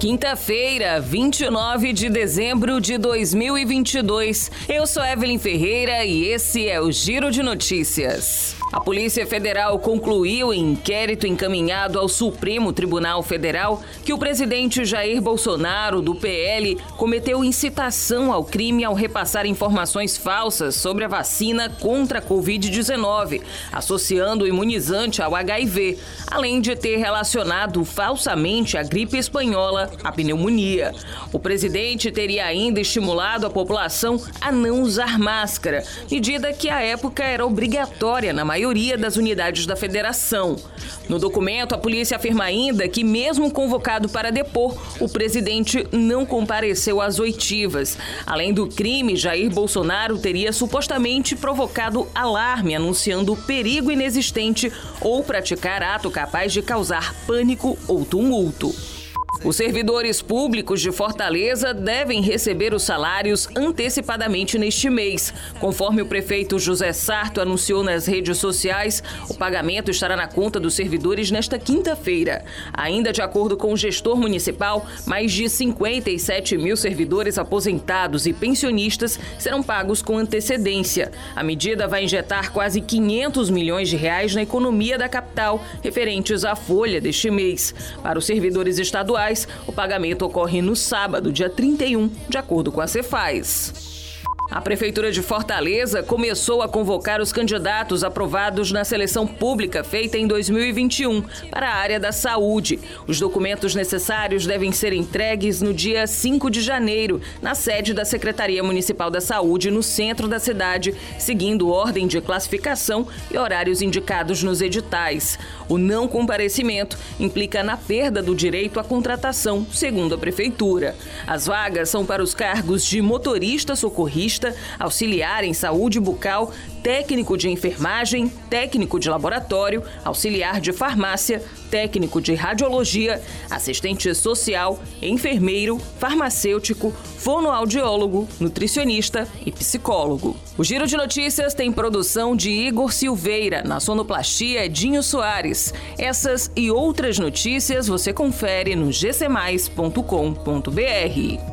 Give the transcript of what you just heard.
Quinta-feira, 29 de dezembro de 2022. Eu sou Evelyn Ferreira e esse é o Giro de Notícias. A Polícia Federal concluiu em inquérito encaminhado ao Supremo Tribunal Federal que o presidente Jair Bolsonaro, do PL, cometeu incitação ao crime ao repassar informações falsas sobre a vacina contra a Covid-19, associando o imunizante ao HIV, além de ter relacionado falsamente a gripe espanhola à pneumonia. O presidente teria ainda estimulado a população a não usar máscara, medida que à época era obrigatória na maioria das unidades da federação. No documento, a polícia afirma ainda que, mesmo convocado para depor, o presidente não compareceu às oitivas. Além do crime, Jair Bolsonaro teria supostamente provocado alarme, anunciando perigo inexistente ou praticar ato capaz de causar pânico ou tumulto. Os servidores públicos de Fortaleza devem receber os salários antecipadamente neste mês. Conforme o prefeito José Sarto anunciou nas redes sociais, o pagamento estará na conta dos servidores nesta quinta-feira. Ainda de acordo com o gestor municipal, mais de 57 mil servidores aposentados e pensionistas serão pagos com antecedência. A medida vai injetar quase 500 milhões de reais na economia da capital, referentes à folha deste mês. Para os servidores estaduais, o pagamento ocorre no sábado, dia 31, de acordo com a Cefaz. A Prefeitura de Fortaleza começou a convocar os candidatos aprovados na seleção pública feita em 2021 para a área da saúde. Os documentos necessários devem ser entregues no dia 5 de janeiro, na sede da Secretaria Municipal da Saúde, no centro da cidade, seguindo ordem de classificação e horários indicados nos editais. O não comparecimento implica na perda do direito à contratação, segundo a Prefeitura. As vagas são para os cargos de motorista socorrista, auxiliar em saúde bucal, técnico de enfermagem, técnico de laboratório, auxiliar de farmácia, técnico de radiologia, assistente social, enfermeiro, farmacêutico, fonoaudiólogo, nutricionista e psicólogo. O Giro de Notícias tem produção de Igor Silveira, na sonoplastia Dinho Soares. Essas e outras notícias você confere no gcmais.com.br.